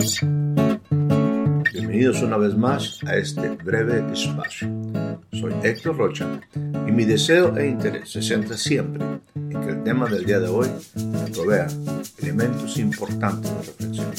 Bienvenidos una vez más a este breve espacio. Soy Héctor Rocha y mi deseo e interés se centra siempre en que el tema del día de hoy nos provea elementos importantes de reflexión.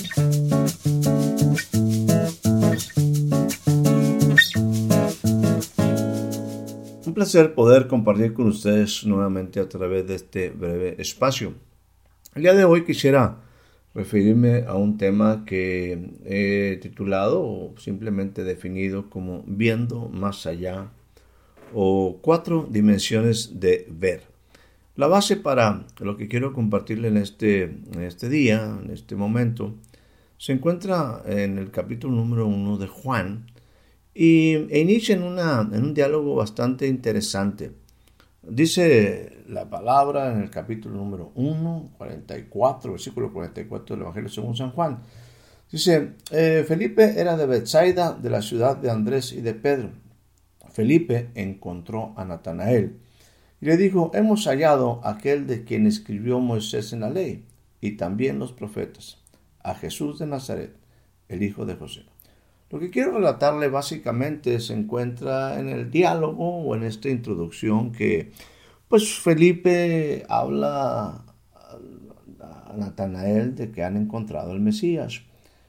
Un placer poder compartir con ustedes nuevamente a través de este breve espacio. El día de hoy quisiera referirme a un tema que he titulado o simplemente definido como viendo más allá o 4 dimensiones de ver. La base para lo que quiero compartirle en este día, en este momento, se encuentra en el capítulo número 1 de Juan e inicia en un diálogo bastante interesante. Dice la palabra en el capítulo número 1, 44, versículo 44 del Evangelio según San Juan. Dice, Felipe era de Betsaida, de la ciudad de Andrés y de Pedro. Felipe encontró a Natanael y le dijo, hemos hallado a aquel de quien escribió Moisés en la ley y también los profetas, a Jesús de Nazaret, el hijo de José. Lo que quiero relatarle básicamente se encuentra en el diálogo o en esta introducción que pues Felipe habla a Natanael de que han encontrado al Mesías.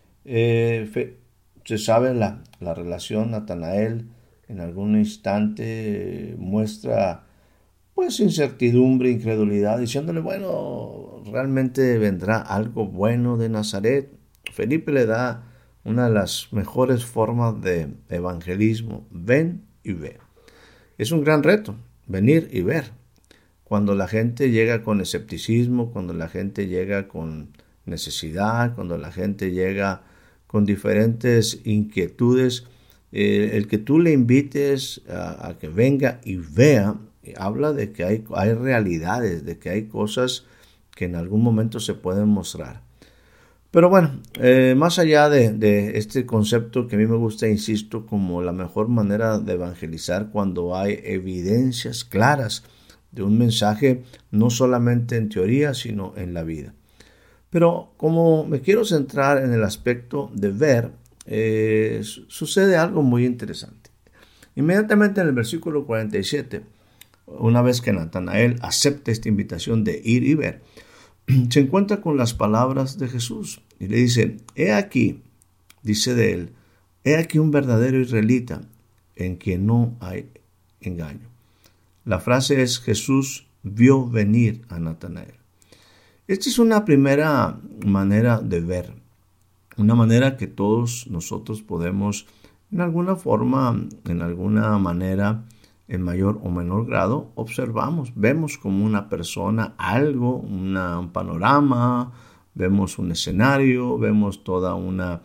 Se sabe la relación. Natanael en algún instante muestra pues incertidumbre, incredulidad, diciéndole, bueno, realmente vendrá algo bueno de Nazaret. Felipe le da una de las mejores formas de evangelismo, ven y ve. Es un gran reto, venir y ver. Cuando la gente llega con escepticismo, cuando la gente llega con necesidad, cuando la gente llega con diferentes inquietudes, el que tú le invites a que venga y vea, habla de que hay realidades, de que hay cosas que en algún momento se pueden mostrar. Pero bueno, más allá de este concepto que a mí me gusta, insisto, como la mejor manera de evangelizar cuando hay evidencias claras de un mensaje, no solamente en teoría, sino en la vida. Pero como me quiero centrar en el aspecto de ver, sucede algo muy interesante. Inmediatamente en el versículo 47, una vez que Natanael acepta esta invitación de ir y ver, se encuentra con las palabras de Jesús y le dice, he aquí, dice de él, he aquí un verdadero israelita en quien no hay engaño. La frase es, Jesús vio venir a Natanael. Esta es una primera manera de ver, una manera que todos nosotros podemos en alguna forma, en alguna manera, en mayor o menor grado, observamos, vemos como una persona algo, un panorama, vemos un escenario, vemos toda una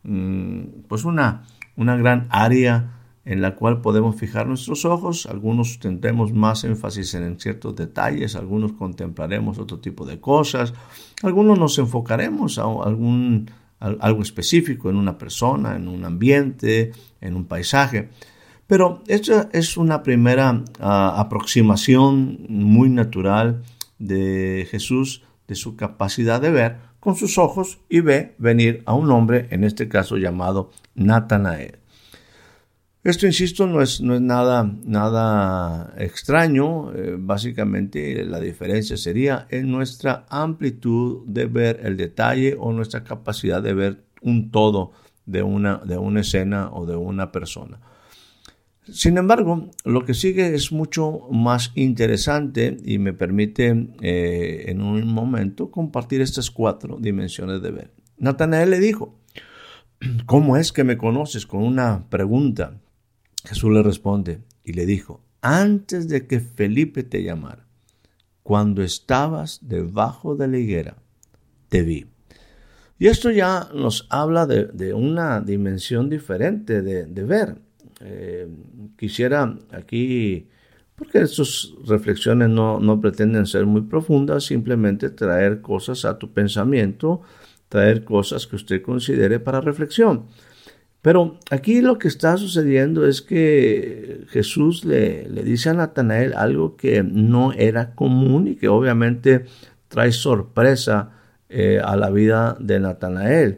gran área en la cual podemos fijar nuestros ojos. Algunos tendremos más énfasis en ciertos detalles, algunos contemplaremos otro tipo de cosas, algunos nos enfocaremos a algo específico en una persona, en un ambiente, en un paisaje. Pero esta es una primera aproximación muy natural de Jesús, de su capacidad de ver con sus ojos y ve venir a un hombre, en este caso llamado Natanael. Esto, insisto, no es nada extraño. Básicamente la diferencia sería en nuestra amplitud de ver el detalle o nuestra capacidad de ver un todo de una escena o de una persona. Sin embargo, lo que sigue es mucho más interesante y me permite en un momento compartir estas 4 dimensiones de ver. Natanael le dijo, ¿cómo es que me conoces? Con una pregunta. Jesús le responde y le dijo, antes de que Felipe te llamara, cuando estabas debajo de la higuera, te vi. Y esto ya nos habla de una dimensión diferente de ver. Quisiera aquí, porque sus reflexiones no pretenden ser muy profundas, simplemente traer cosas a tu pensamiento, traer cosas que usted considere para reflexión. Pero aquí lo que está sucediendo es que Jesús le dice a Natanael algo que no era común y que obviamente trae sorpresa a la vida de Natanael.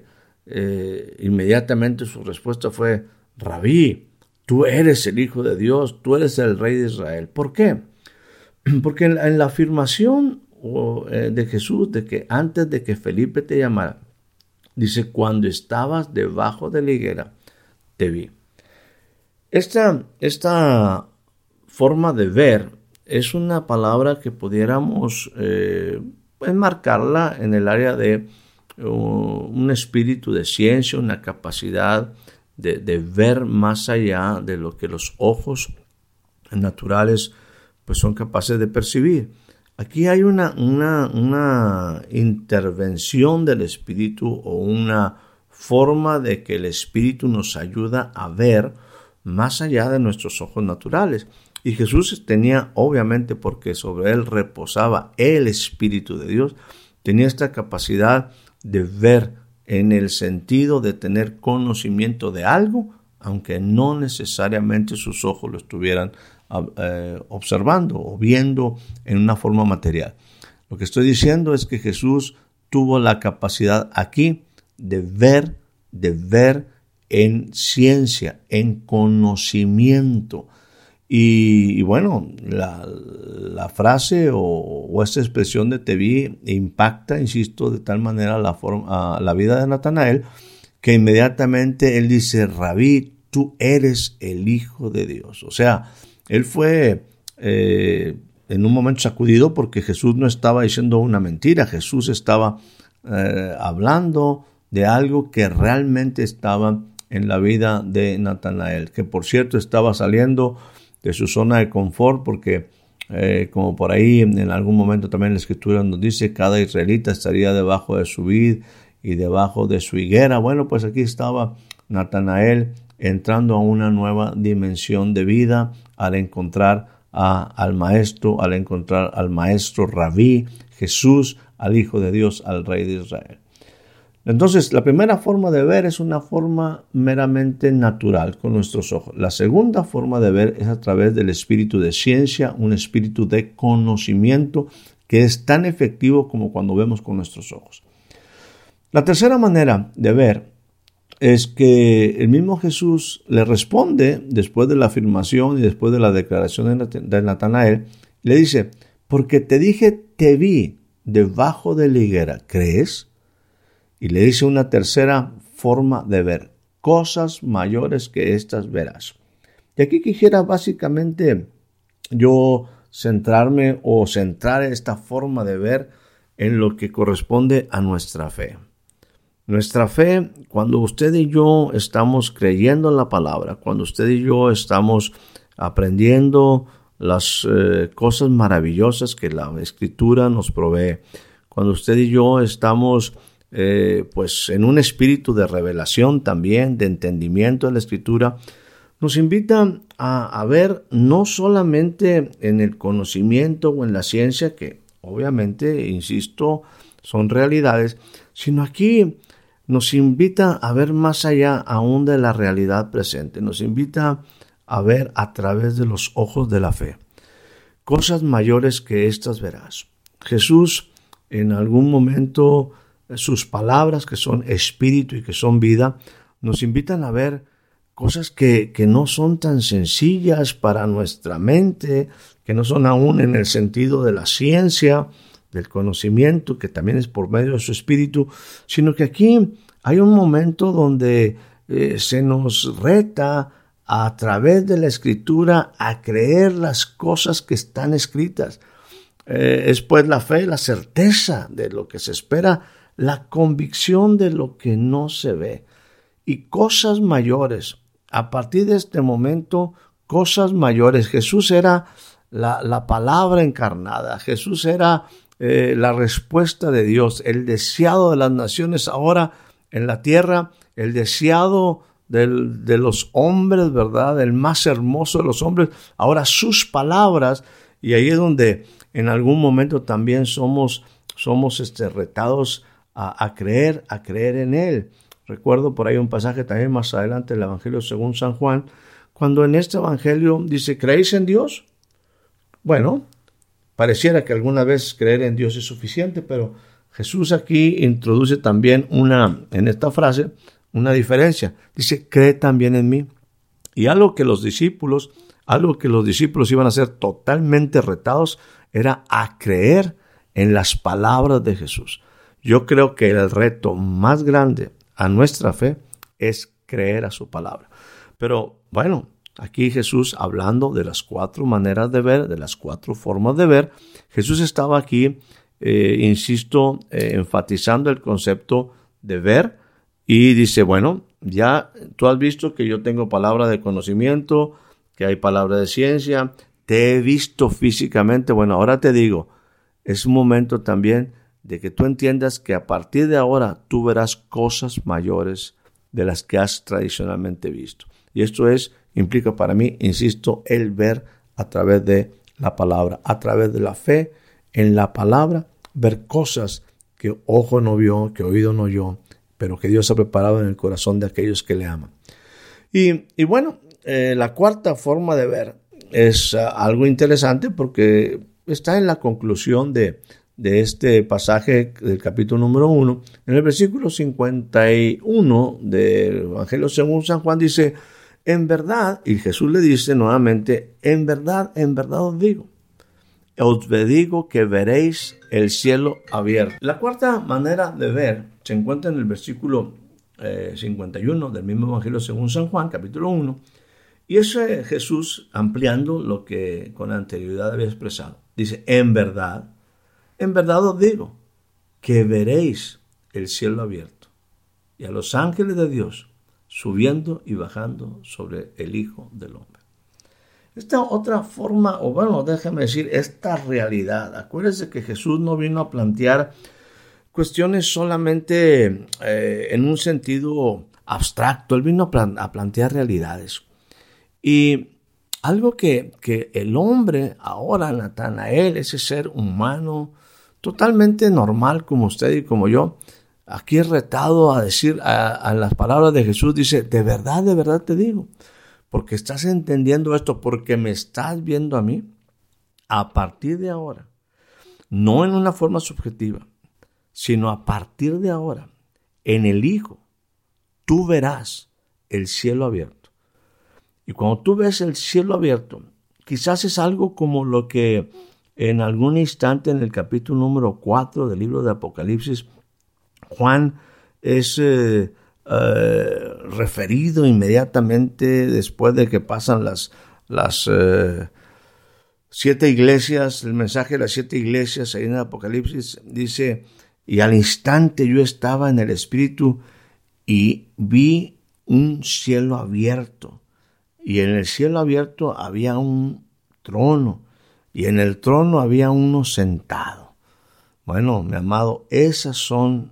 inmediatamente su respuesta fue: Rabí, tú eres el Hijo de Dios, tú eres el Rey de Israel. ¿Por qué? Porque en la afirmación de Jesús, de que antes de que Felipe te llamara, dice: cuando estabas debajo de la higuera, te vi. Esta forma de ver es una palabra que pudiéramos enmarcarla en el área de un espíritu de ciencia, una capacidad de ver más allá de lo que los ojos naturales pues son capaces de percibir. Aquí hay una intervención del espíritu, o una forma de que el espíritu nos ayuda a ver más allá de nuestros ojos naturales. Y Jesús tenía, obviamente, porque sobre él reposaba el Espíritu de Dios, tenía esta capacidad de ver en el sentido de tener conocimiento de algo, aunque no necesariamente sus ojos lo estuvieran observando o viendo en una forma material. Lo que estoy diciendo es que Jesús tuvo la capacidad aquí de ver en ciencia, en conocimiento. Y bueno, la frase o esta expresión de te vi impacta, insisto, de tal manera la vida de Natanael, que inmediatamente él dice: Rabí, tú eres el Hijo de Dios. O sea, él fue en un momento sacudido, porque Jesús no estaba diciendo una mentira. Jesús estaba hablando de algo que realmente estaba en la vida de Natanael, que por cierto estaba saliendo de su zona de confort, porque como por ahí en algún momento también la Escritura nos dice: cada israelita estaría debajo de su vid y debajo de su higuera. Bueno, pues aquí estaba Natanael entrando a una nueva dimensión de vida al encontrar al maestro Rabí, Jesús, al Hijo de Dios, al Rey de Israel. Entonces, la primera forma de ver es una forma meramente natural, con nuestros ojos. La segunda forma de ver es a través del espíritu de ciencia, un espíritu de conocimiento que es tan efectivo como cuando vemos con nuestros ojos. La tercera manera de ver es que el mismo Jesús le responde después de la afirmación y después de la declaración de Natanael. Le dice: porque te dije, te vi debajo de la higuera, ¿crees? Y le dice una tercera forma de ver: cosas mayores que estas verás. Y aquí quisiera básicamente yo centrar esta forma de ver en lo que corresponde a nuestra fe. Nuestra fe, cuando usted y yo estamos creyendo en la palabra, cuando usted y yo estamos aprendiendo las cosas maravillosas que la Escritura nos provee, cuando usted y yo estamos pues en un espíritu de revelación también, de entendimiento de la Escritura, nos invita a ver no solamente en el conocimiento o en la ciencia, que obviamente, insisto, son realidades, sino aquí nos invita a ver más allá aún de la realidad presente. Nos invita a ver a través de los ojos de la fe. Cosas mayores que estas verás. Jesús, en algún momento, sus palabras, que son espíritu y que son vida, nos invitan a ver cosas que no son tan sencillas para nuestra mente, que no son aún en el sentido de la ciencia, del conocimiento, que también es por medio de su espíritu, sino que aquí hay un momento donde se nos reta a través de la Escritura a creer las cosas que están escritas. Es pues la fe, la certeza de lo que se espera, la convicción de lo que no se ve. Y cosas mayores, a partir de este momento, cosas mayores. Jesús era la palabra encarnada, Jesús era la respuesta de Dios, el deseado de las naciones ahora en la tierra, el deseado de los hombres, ¿verdad? El más hermoso de los hombres, ahora sus palabras. Y ahí es donde en algún momento también somos retados a creer en Él. Recuerdo por ahí un pasaje también más adelante del Evangelio según San Juan, cuando en este Evangelio dice: ¿creéis en Dios? Bueno, pareciera que alguna vez creer en Dios es suficiente, pero Jesús aquí introduce también en esta frase una diferencia. Dice, cree también en mí. Y algo que los discípulos iban a ser totalmente retados era a creer en las palabras de Jesús. Yo creo que el reto más grande a nuestra fe es creer a su palabra. Pero bueno, aquí Jesús, hablando de las 4 maneras de ver, de las 4 formas de ver, Jesús estaba aquí, enfatizando el concepto de ver, y dice, bueno, ya tú has visto que yo tengo palabra de conocimiento, que hay palabra de ciencia, te he visto físicamente. Bueno, ahora te digo, es un momento también de que tú entiendas que a partir de ahora tú verás cosas mayores de las que has tradicionalmente visto. Y esto implica para mí, insisto, el ver a través de la palabra, a través de la fe en la palabra, ver cosas que ojo no vio, que oído no oyó, pero que Dios ha preparado en el corazón de aquellos que le aman. Y bueno, la 4ª forma de ver es algo interesante porque está en la conclusión de este pasaje del capítulo número 1. En el versículo 51 del Evangelio según San Juan dice, en verdad, y Jesús le dice nuevamente, en verdad os digo que veréis el cielo abierto. La 4ª manera de ver se encuentra en el versículo 51 del mismo Evangelio según San Juan, capítulo 1, y es Jesús ampliando lo que con anterioridad había expresado. Dice, en verdad os digo que veréis el cielo abierto y a los ángeles de Dios subiendo y bajando sobre el Hijo del Hombre. Esta otra forma, o bueno, déjame decir, esta realidad. Acuérdense que Jesús no vino a plantear cuestiones solamente en un sentido abstracto. Él vino a plantear realidades. Y algo que el hombre ahora, Natanael, ese ser humano totalmente normal como usted y como yo, aquí es retado a decir a las palabras de Jesús, dice, de verdad te digo, porque estás entendiendo esto, porque me estás viendo a mí, a partir de ahora, no en una forma subjetiva, sino a partir de ahora, en el Hijo, tú verás el cielo abierto. Y cuando tú ves el cielo abierto, quizás es algo como lo que en algún instante en el capítulo número 4 del libro de Apocalipsis, Juan es referido inmediatamente después de que pasan las 7 iglesias, el mensaje de las 7 iglesias ahí en el Apocalipsis, dice, y al instante yo estaba en el Espíritu y vi un cielo abierto. Y en el cielo abierto había un trono, y en el trono había uno sentado. Bueno, mi amado, esas son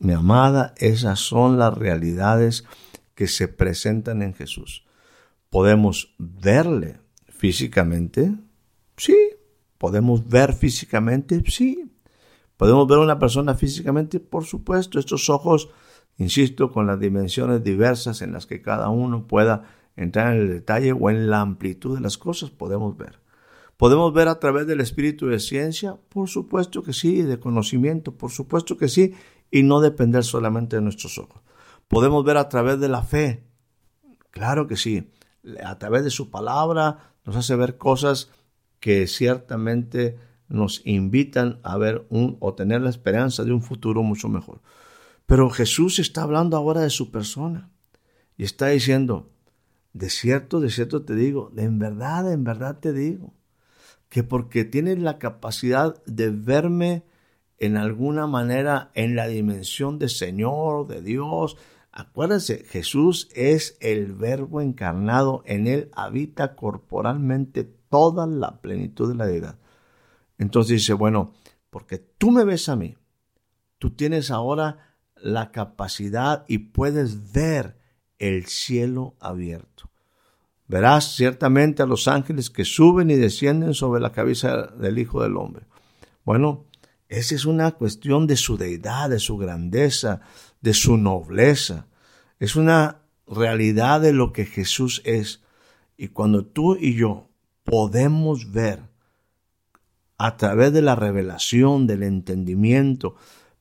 las realidades que se presentan en Jesús. ¿Podemos verle físicamente? Sí. ¿Podemos ver físicamente? Sí. ¿Podemos ver a una persona físicamente? Por supuesto. Estos ojos, insisto, con las dimensiones diversas en las que cada uno pueda entrar en el detalle o en la amplitud de las cosas, podemos ver. ¿Podemos ver a través del espíritu de ciencia? Por supuesto que sí, de conocimiento, por supuesto que sí, y no depender solamente de nuestros ojos. ¿Podemos ver a través de la fe? Claro que sí. A través de su palabra nos hace ver cosas que ciertamente nos invitan a ver o tener la esperanza de un futuro mucho mejor. Pero Jesús está hablando ahora de su persona y está diciendo, de cierto te digo, en verdad te digo, que porque tienes la capacidad de verme en alguna manera en la dimensión de Señor, de Dios. Acuérdense, Jesús es el Verbo encarnado, en Él habita corporalmente toda la plenitud de la deidad. Entonces dice, bueno, porque tú me ves a mí, tú tienes ahora la capacidad y puedes ver el cielo abierto. Verás ciertamente a los ángeles que suben y descienden sobre la cabeza del Hijo del Hombre. Bueno, esa es una cuestión de su deidad, de su grandeza, de su nobleza. Es una realidad de lo que Jesús es. Y cuando tú y yo podemos ver a través de la revelación, del entendimiento,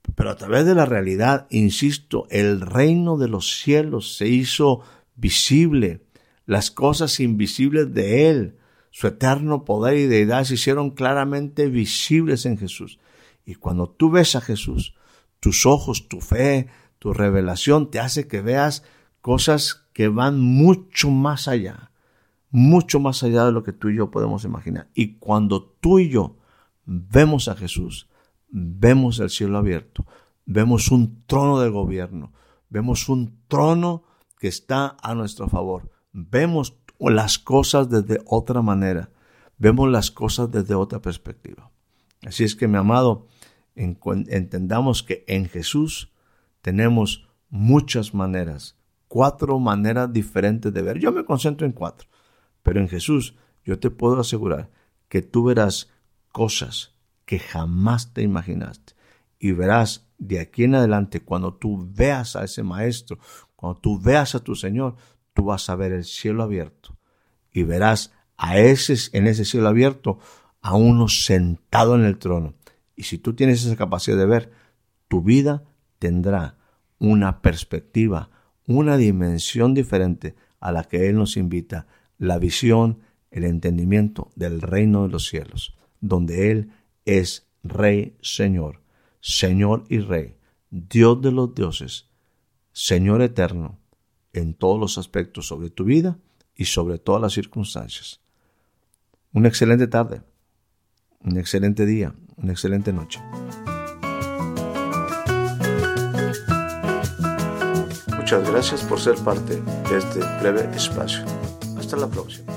Pero a través de la realidad, insisto, el reino de los cielos se hizo visible. Las cosas invisibles de Él, su eterno poder y deidad se hicieron claramente visibles en Jesús. Y cuando tú ves a Jesús, tus ojos, tu fe, tu revelación te hace que veas cosas que van mucho más allá de lo que tú y yo podemos imaginar. Y cuando tú y yo vemos a Jesús, vemos el cielo abierto, vemos un trono de gobierno, vemos un trono que está a nuestro favor, vemos las cosas desde otra manera, vemos las cosas desde otra perspectiva. Así es que, mi amado, entendamos que en Jesús tenemos muchas maneras, 4 maneras diferentes de ver. Yo me concentro en 4, pero en Jesús yo te puedo asegurar que tú verás cosas que jamás te imaginaste. Y verás de aquí en adelante, cuando tú veas a ese Maestro, cuando tú veas a tu Señor, tú vas a ver el cielo abierto. Y verás en ese cielo abierto a uno sentado en el trono. Y si tú tienes esa capacidad de ver, tu vida tendrá una perspectiva, una dimensión diferente a la que Él nos invita. La visión, el entendimiento del reino de los cielos, donde Él es Rey, Señor y Rey, Dios de los dioses, Señor eterno, en todos los aspectos sobre tu vida y sobre todas las circunstancias. Una excelente tarde, un excelente día, una excelente noche. Muchas gracias por ser parte de este breve espacio. Hasta la próxima.